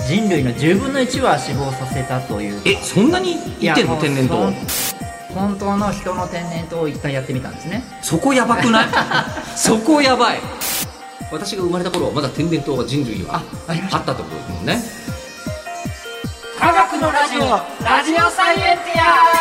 人類の10分の1は死亡させたという。 そんなにいってんの天然痘。 本当の人の天然痘を一回やってみたんですね。 そこやばくないそこやばい。私が生まれた頃はまだ天然痘が人類にはあったってことですもんね。 科学のラジオ、ラジオサイエンテ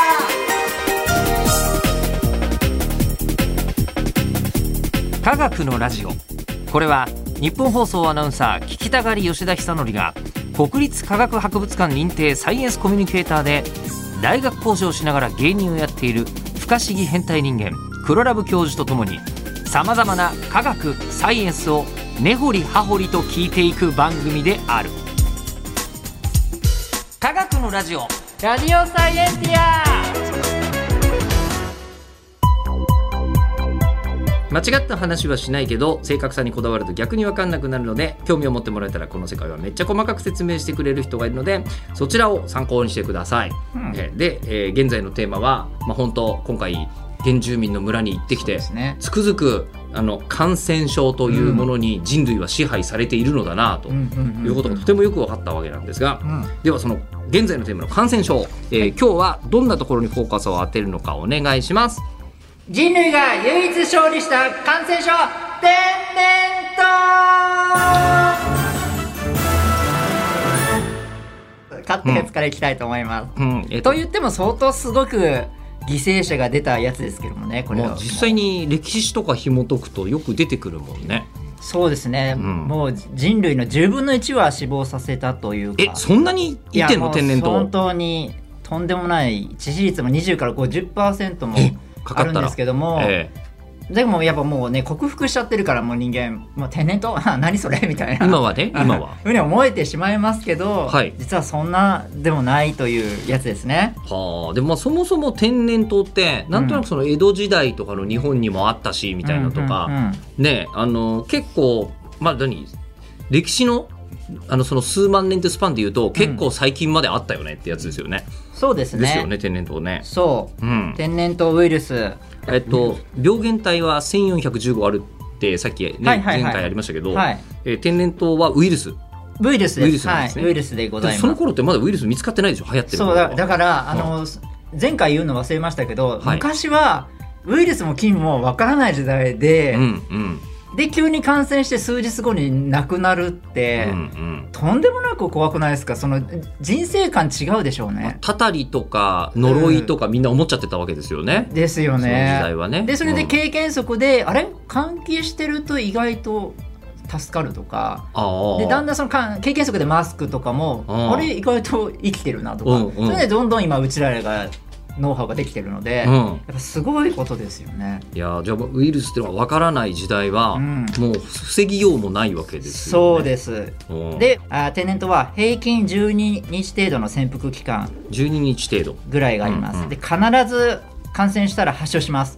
ィア。科学のラジオ、これは日本放送アナウンサー聞きたがり吉田久典が国立科学博物館認定サイエンスコミュニケーターで大学講師をしながら芸人をやっている不可思議変態人間黒ラブ教授とともにさまざまな科学サイエンスを根掘り葉掘りと聞いていく番組である。科学のラジオ、 ラジオサイエンティア。 間違った話はしないけど正確さにこだわると逆に分かんなくなるので、興味を持ってもらえたらこの世界はめっちゃ細かく説明してくれる人がいるので、そちらを参考にしてください。で、現在のテーマは、本当今回原住民の村に行ってきて、つくづく感染症というものに人類は支配されているのだなということがとてもよく分かったわけなんですが、ではその現在のテーマの感染症、今日はどんなところにフォーカスを当てるのかお願いします。 人類が唯一勝利した感染症、天然痘。勝ったやつからいきたいと思います。と言っても相当すごく犠牲者が出たやつですけどもね、これは実際に歴史とか紐解くとよく出てくるもんね。 そうですね、もう人類の10分の1は死亡させたというか。 そんなにいってんの天然痘。 本当にとんでもない。致死率も20から 50% もあるんですけども、でもやっぱもうね、克服しちゃってるからもう人間、もう天然痘何それみたいな、 今はねふうに思えてしまいますけど、 はい、 実はそんなでもないというやつですね。 でもそもそも天然痘ってなんとなくその江戸時代とかの日本にもあったしみたいなとか、ね、結構歴史のその数万年ってスパンでいうと結構最近まであったよねってやつですよね。 そうですね。 ですよね、天然痘ね。 そう、天然痘ウイルス、 病原体は1415あるってさっき、ね、前回ありましたけど、天然痘はウイルスですね。ウイルスでございます。その頃ってまだウイルス見つかってないでしょ、流行ってるのは。 そうだから前回言うの忘れましたけど、昔はウイルスも菌もわからない時代で、で急に感染して数日後に亡くなるって、とんでもなく怖くないですか。その人生観違うでしょうね。 たたりとか呪いとかみんな思っちゃってたわけですよね。 ですよね。 その時代はね。 でそれで経験則で、あれ換気してると意外と助かるとか、でだんだんその経験則でマスクとかも、あれ意外と生きてるなとか、それでどんどん今うちらがノウハウができてるので、やっぱすごいことですよね。 いや、じゃあウイルスっていうのが分からない時代は、もう防ぎようもないわけですよね。 そうです。で天然痘は平均12日程度の潜伏期間 12日程度ぐらいがあります。で必ず感染したら発症します。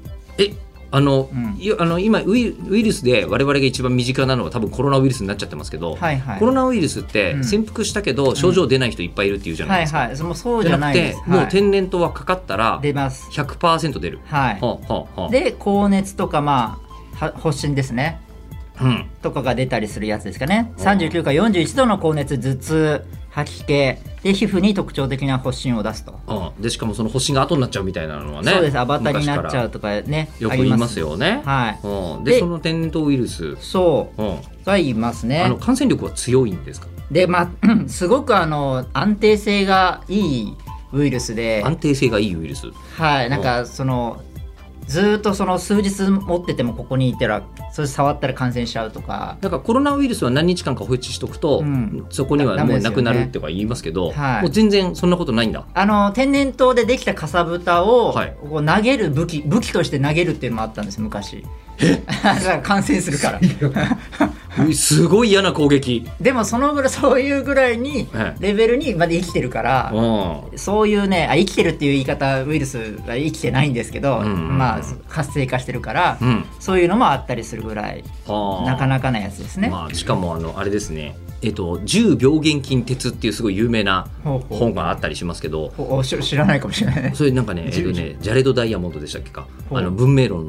今ウイルスで我々が一番身近なのは多分コロナウイルスになっちゃってますけど、コロナウイルスって潜伏したけど症状出ない人いっぱいいるっていうじゃないですか。 もうそうじゃないです。 もう天然痘はかかったら出ます。 100% 出る。 で高熱とか発疹ですね、とかが出たりするやつですかね。39から41度の高熱、頭痛、吐き気で皮膚に特徴的な発疹を出すと。 でしかもその発疹が後になっちゃうみたいなのはね。 そうです。アバターになっちゃうとかね、 よく言いますよね。でその天然痘ウイルスがいますね。 感染力は強いんですか。 ですごく安定性がいいウイルスで。 安定性がいいウイルス。 なんかずっとその数日持っててもここにいたらそれ触ったら感染しちゃうとか。 だからコロナウイルスは何日間か放置しとくと、そこにはもうなくなるって言いますけど、もう全然そんなことないんだ。 天然痘でできたかさぶたをこう投げる武器として投げるっていうのもあったんです昔。感染するからすごい嫌な攻撃。 でもそういうぐらいにレベルにまで生きてるから、そういうね、生きてるっていう言い方、ウイルスが生きてないんですけど、活性化してるから、そういうのもあったりするぐらいなかなかなやつですね。 しかもあれですね、10病原菌鉄っていうすごい有名な本があったりしますけど、 知らないかもしれない。 それなんかね、ジャレド・ダイヤモンドでしたっけか、文明論の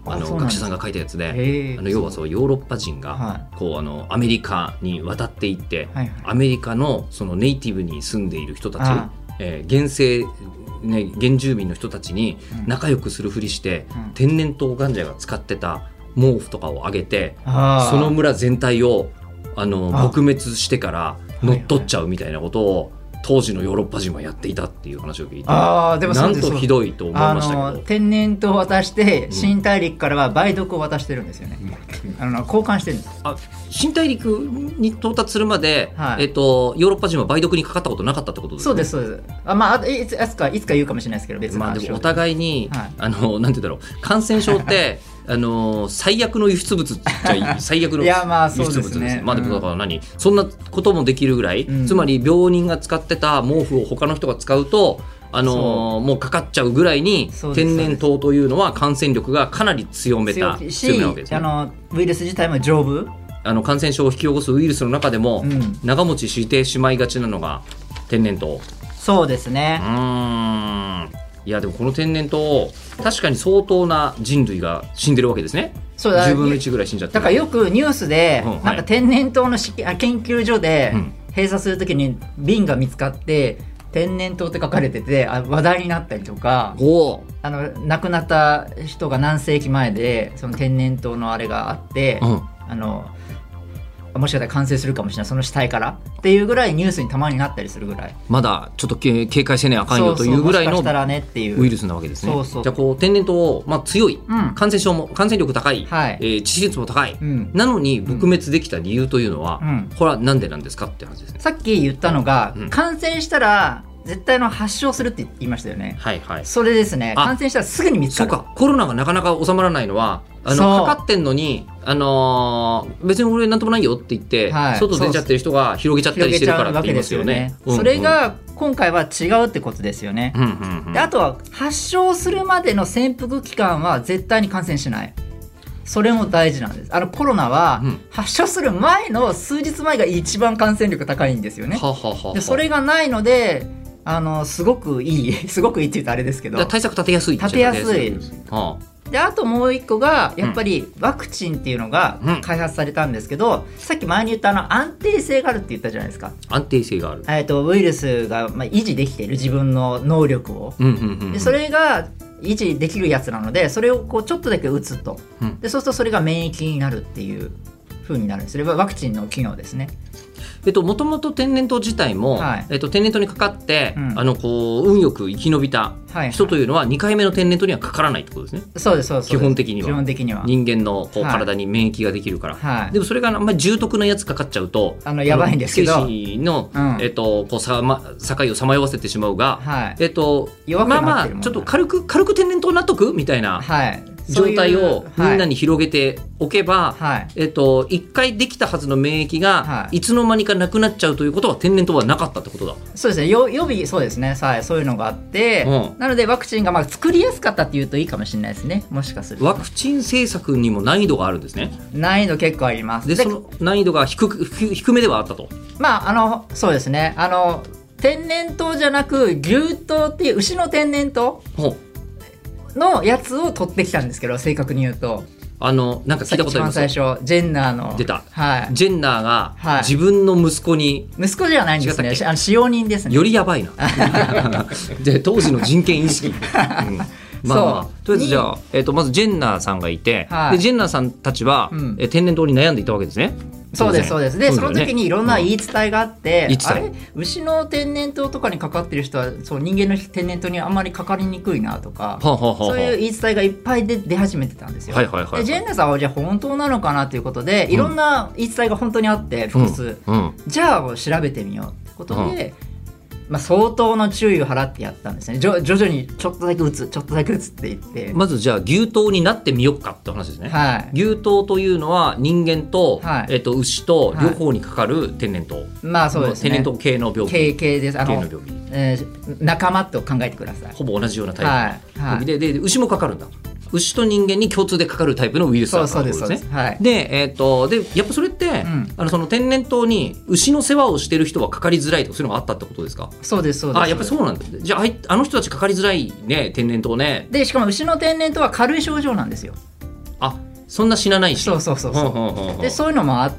学者さんが書いたやつで、要はそうヨーロッパ人がこうアメリカに渡っていって、アメリカのそのネイティブに住んでいる人たち、原生ね、原住民の人たちに仲良くするふりして、天然痘患者が使ってた毛布とかをあげて、その村全体を撲滅してから乗っ取っちゃうみたいなことを当時のヨーロッパ人はやっていたっていう話を聞いて、でもなんとひどいと思いましたけど、 天然痘を渡して新大陸からは梅毒を渡してるんですよね、交換してるんです。 新大陸に到達するまで、ヨーロッパ人は梅毒にかかったことなかったってことですね。 そうですそうです。いつか言うかもしれないですけど、別にでもお互いに、なんて言うんだろう、感染症って最悪の輸出物じゃ最悪の輸出物ですね。でもだからそんなこともできるぐらい、つまり病人が使ってた毛布を他の人が使うともうかかっちゃうぐらいに、天然痘というのは感染力がかなり強めなわけですね。 ウイルス自体も丈夫、 感染症を引き起こすウイルスの中でも、長持ちしてしまいがちなのが天然痘。 そうですね。 いやでもこの天然痘、確かに相当な人類が死んでるわけですね。 そうだ、 10分の1ぐらい死んじゃってる。 だからよくニュースで、なんか天然痘の研究所で閉鎖するときに瓶が見つかって天然痘って書かれてて話題になったりとか、亡くなった人が何世紀前でその天然痘のあれがあって、もしかしたら感染するかもしれない、その死体からっていうぐらいニュースにたまになったりするぐらい、 まだちょっと警戒せねあかんよというぐらいのウイルスなわけですね。じゃあこう天然痘、強い、感染力高い、致死率も高い、なのに撲滅できた理由というのは、これはなんでなんですかって話ですね。 さっき言ったのが、感染したら絶対発症するって言いましたよね。それですね。感染したらすぐに見つかる。 そうか、コロナがなかなか収まらないのはかかってんのに、別に俺なんともないよって言って、外出ちゃってる人が広げちゃったりしてるからって言いますよね。 それが今回は違うってことですよね。であとは発症するまでの潜伏期間は絶対に感染しない。それも大事なんです。コロナは発症する前の数日前が一番感染力高いんですよね。でそれがないので、すごくいいすごくいいって言うとあれですけど、 対策立てやすい。 であともう一個がやっぱりワクチンっていうのが開発されたんですけど、さっき前に言った安定性があるって言ったじゃないですか。 安定性がある、 ウイルスが維持できている自分の能力を、でそれが維持できるやつなので、それをこうちょっとだけ打つと、でそうするとそれが免疫になるっていう風になるんです。それはワクチンの機能ですね。 もともと天然痘自体も、天然痘にかかって、運よく生き延びた人というのは2回目の天然痘にはかからないってことですね。 そうですそうです。 基本的には人間の体に免疫ができるから、でもそれがあんまり重篤なやつかかっちゃうとやばいんですけど、 生死の、境をさまよわせてしまうが、ちょっと軽く天然痘なっとくみたいな、状態をみんなに広げておけば、1回できたはずの免疫がいつの間にかなくなっちゃうということは天然痘はなかったってことだ。 そうですね。予備、そうですね。そういうのがあって、なのでワクチンが作りやすかったっていうといいかもしれないですね。もしかするとワクチン政策にも難易度があるんですね。 難易度結構あります。 でその難易度が低めではあったと。 そうですね。天然痘じゃなく牛痘っていう牛の天然痘のやつを取ってきたんですけど、正確に言うとなんか聞いたことあります。 一番最初ジェンナーの出た、ジェンナーが自分の息子に、 息子じゃないんですね。使用人ですね。 よりやばいなで当時の人権意識、とりあえずじゃあ、まずジェンナーさんがいて、でジェンナーさんたちは、天然痘に悩んでいたわけですね。 そうですそうです。でその時にいろんな言い伝えがあって、牛の天然痘とかにかかってる人はそう人間の天然痘にあんまりかかりにくいなとか、そういう言い伝えがいっぱい出始めてたんですよ。でジェンナさんはじゃあ本当なのかなということで、いろんな言い伝えが本当にあって複数、じゃあ調べてみようってことで、相当の注意を払ってやったんですね。徐々にちょっとだけ打つって言って、 まずじゃあ牛痘になってみようかって話ですね。牛痘というのは人間と、牛と両方にかかる天然痘、 そうですね。 天然痘系の病気系です。仲間と考えてください。 ほぼ同じようなタイプ、で牛もかかるんだ。牛と人間に共通でかかるタイプのウイルスだったんですね。でやっぱそれって、その天然痘に牛の世話をしてる人はかかりづらいとかそういうのがあったってことですか？ そうですそうです。 やっぱりそうなんだ。じゃあの人たちかかりづらいね、天然痘ね。 でしかも牛の天然痘は軽い症状なんですよ。 そんな死なないし。 そうでそういうのもあって、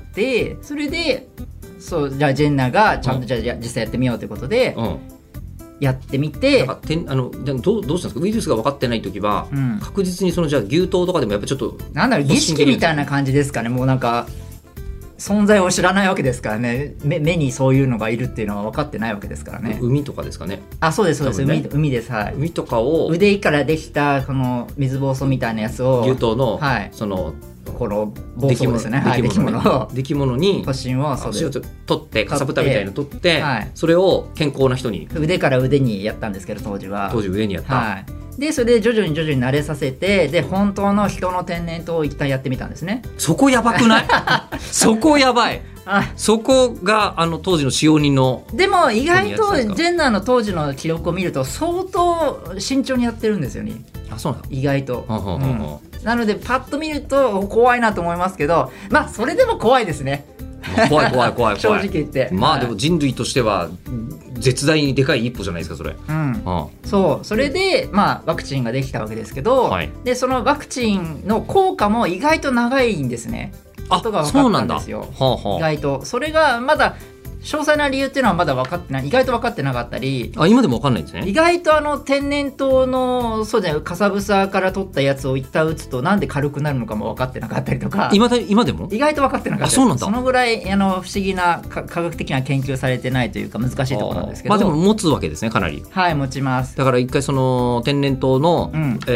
それでじゃあジェンナがちゃんとじゃあ実際やってみようということで、やってみて、 どうしたんですか、ウイルスが分かってない時は、確実にじゃあ牛刀とかでもやっぱちょっとなんだろう、儀式みたいな感じですかね。もうなんか存在を知らないわけですからね。目にそういうのがいるっていうのは分かってないわけですからね。 海とかですかね。 そうです、ね、海です。はい。 海とかを腕からできたこの水疱瘡みたいなやつを牛刀の、 はい、 そのこの疱瘡ですね。 出来物に発疹を取ってかさぶたみたいなの取って、それを健康な人に腕から腕にやったんですけど、当時腕にやった、 はい、でそれで徐々に慣れさせて、で本当の人の天然痘を一旦やってみたんですね。 そこやばくない？そこやばい。そこが当時の使用人の。 でも意外とジェンナーの当時の記録を見ると相当慎重にやってるんですよね。 そうなんだ。 意外と、なのでパッと見ると怖いなと思いますけど、それでも怖いですね。 怖い正直言って。 でも人類としては絶大にでかい一歩じゃないですか、それ。 それでワクチンができたわけですけど、でそのワクチンの効果も意外と長いんですね。ことが分かったんですよ。意外とそれがまだ詳細な理由っていうのはまだ分かってない、意外と分かってなかったり。 今でも分かんないんですね。 意外と天然痘のかさぶさから取ったやつを一旦打つとなんで軽くなるのかも分かってなかったりとか。 今でも意外と分かってなかったり。 そうなんだ。 そのぐらい不思議な科学的な研究されてないというか難しいところなんですけど。 でも持つわけですね、かなり。 はい、持ちます。 だから一回その天然痘の、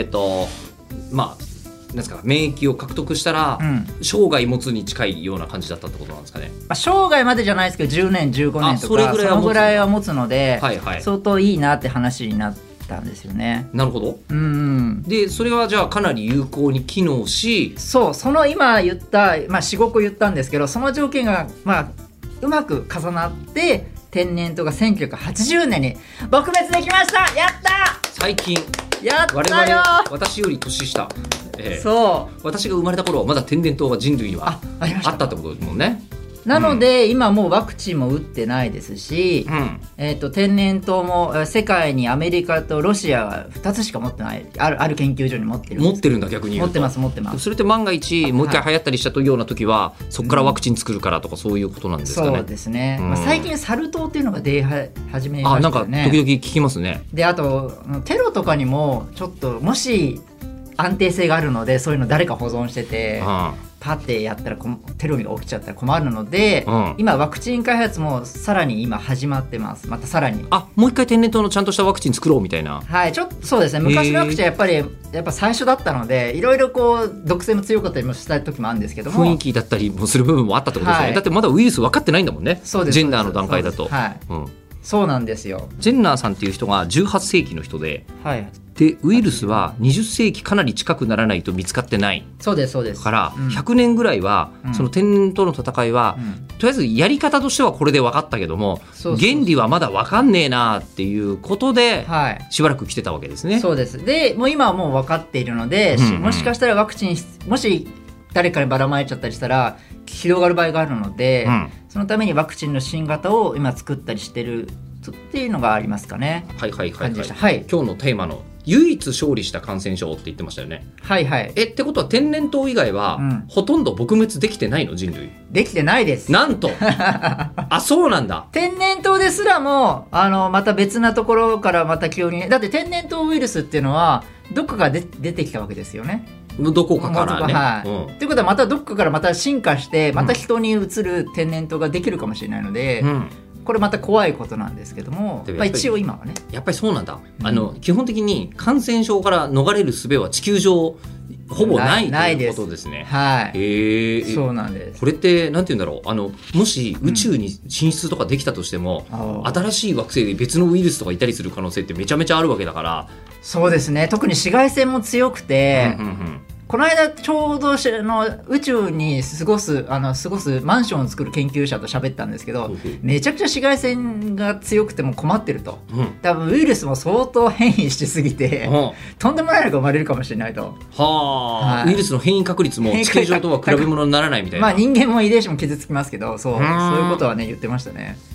なんですか、免疫を獲得したら、生涯持つに近いような感じだったってことなんですかね。 生涯までじゃないですけど10年15年とかそのぐらいは持つので、相当いいなって話になったんですよね。 なるほど。でそれはじゃあかなり有効に機能し、 その今言った、4,5 個言ったんですけど、その条件がうまく重なって天然痘が1980年に撲滅できました。やった。 最近やったよ。 私より年下、私が生まれた頃はまだ天然痘が人類にはあったってことですもんね。 なので、今もうワクチンも打ってないですし、天然痘も世界にアメリカとロシアが2つしか持ってない。ある研究所に持ってるんです。 持ってるんだ。逆に言うと持ってます。 それって万が一もう一回流行ったりしたような時は、そこからワクチン作るからとかそういうことなんですかね。 そうですね、最近サル痘っていうのが出始めましたよね。 なんか時々聞きますね。 であとテロとかにもちょっともし安定性があるので、そういうの誰か保存してて、パッてやったらテロが起きちゃったら困るので、今ワクチン開発もさらに今始まってます。またさらにもう一回天然痘のちゃんとしたワクチン作ろうみたいな。 ちょっとそうですね。昔のワクチンはやっぱ最初だったので、いろいろ毒性も強かったりもした時もあるんですけども、 雰囲気だったりもする部分もあったってことですよね。だってまだウイルス分かってないんだもんね。ジェンナーの段階だと。そうなんですよ。 ジェンナーさんっていう人が18世紀の人で、でウイルスは20世紀かなり近くならないと見つかってない。 そうですから、100年ぐらいは、その天然痘の戦いは、とりあえずやり方としてはこれで分かったけども、原理はまだ分かんねえなっていうことで、しばらく来てたわけですね。 そうです。でもう今はもう分かっているので、もしかしたらワクチンもし誰かにばらまいちゃったりしたら広がる場合があるので、そのためにワクチンの新型を今作ったりしてるっていうのがありますかね。 今日のテーマの唯一勝利した感染症って言ってましたよね。ってことは天然痘以外は、ほとんど撲滅できてないの？人類できてないです。 なんとそうなんだ。 天然痘ですらもまた別なところからまた急に、だって天然痘ウイルスっていうのはどこかで出てきたわけですよね。 どこかからね。 ということはまたどこかからまた進化してまた人にうつる天然痘ができるかもしれないので、これまた怖いことなんですけども、一応今はねやっぱりそうなんだ。基本的に感染症から逃れる術は地球上ほぼないということですね。 そうなんです。 これってなんて言うんだろう、もし宇宙に進出とかできたとしても、新しい惑星で別のウイルスとかいたりする可能性ってめちゃめちゃあるわけだから。 そうですね。特に紫外線も強くて、この間ちょうど宇宙に過ごすマンションを作る研究者と喋ったんですけど、めちゃくちゃ紫外線が強くても困ってると、多分ウイルスも相当変異しすぎて、とんでもないのが生まれるかもしれないと。 ウイルスの変異確率も地球上とは比べ物にならないみたいな。 人間も遺伝子も傷つきますけど、そういうことはね言ってましたね。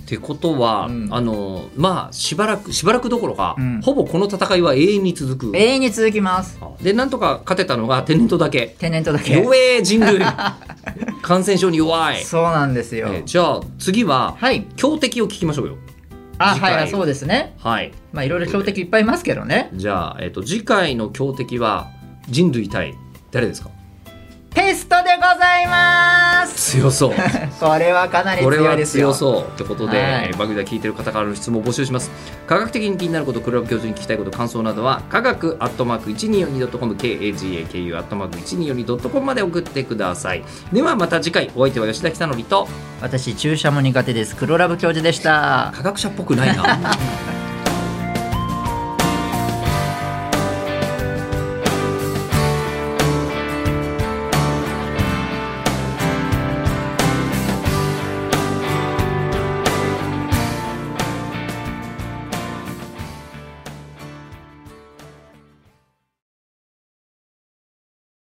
ってことは、まあしばらくどころか、ほぼこの戦いは永遠に続く。 永遠に続きます。 でなんとか勝てたのが天然痘だけ。弱え人類感染症に弱い。 そうなんですよ。 じゃあ次は、強敵を聞きましょうよ。 はい、そうですね。 はい。 まあいろいろ強敵いっぱいいますけどね。 じゃあ、次回の強敵は人類対誰ですか？ ペストでございます。 強そうこれはかなり強いですよ。 これは強そうってことで、番組で聞いてる方からの質問を募集します。科学的に気になること、黒ラブ教授に聞きたいこと、感想などは科学@1242.com KAGAKU@1242.com まで送ってください。ではまた次回。お相手は吉田久典と、 私注射も苦手です、黒ラブ教授でした。 科学者っぽくないな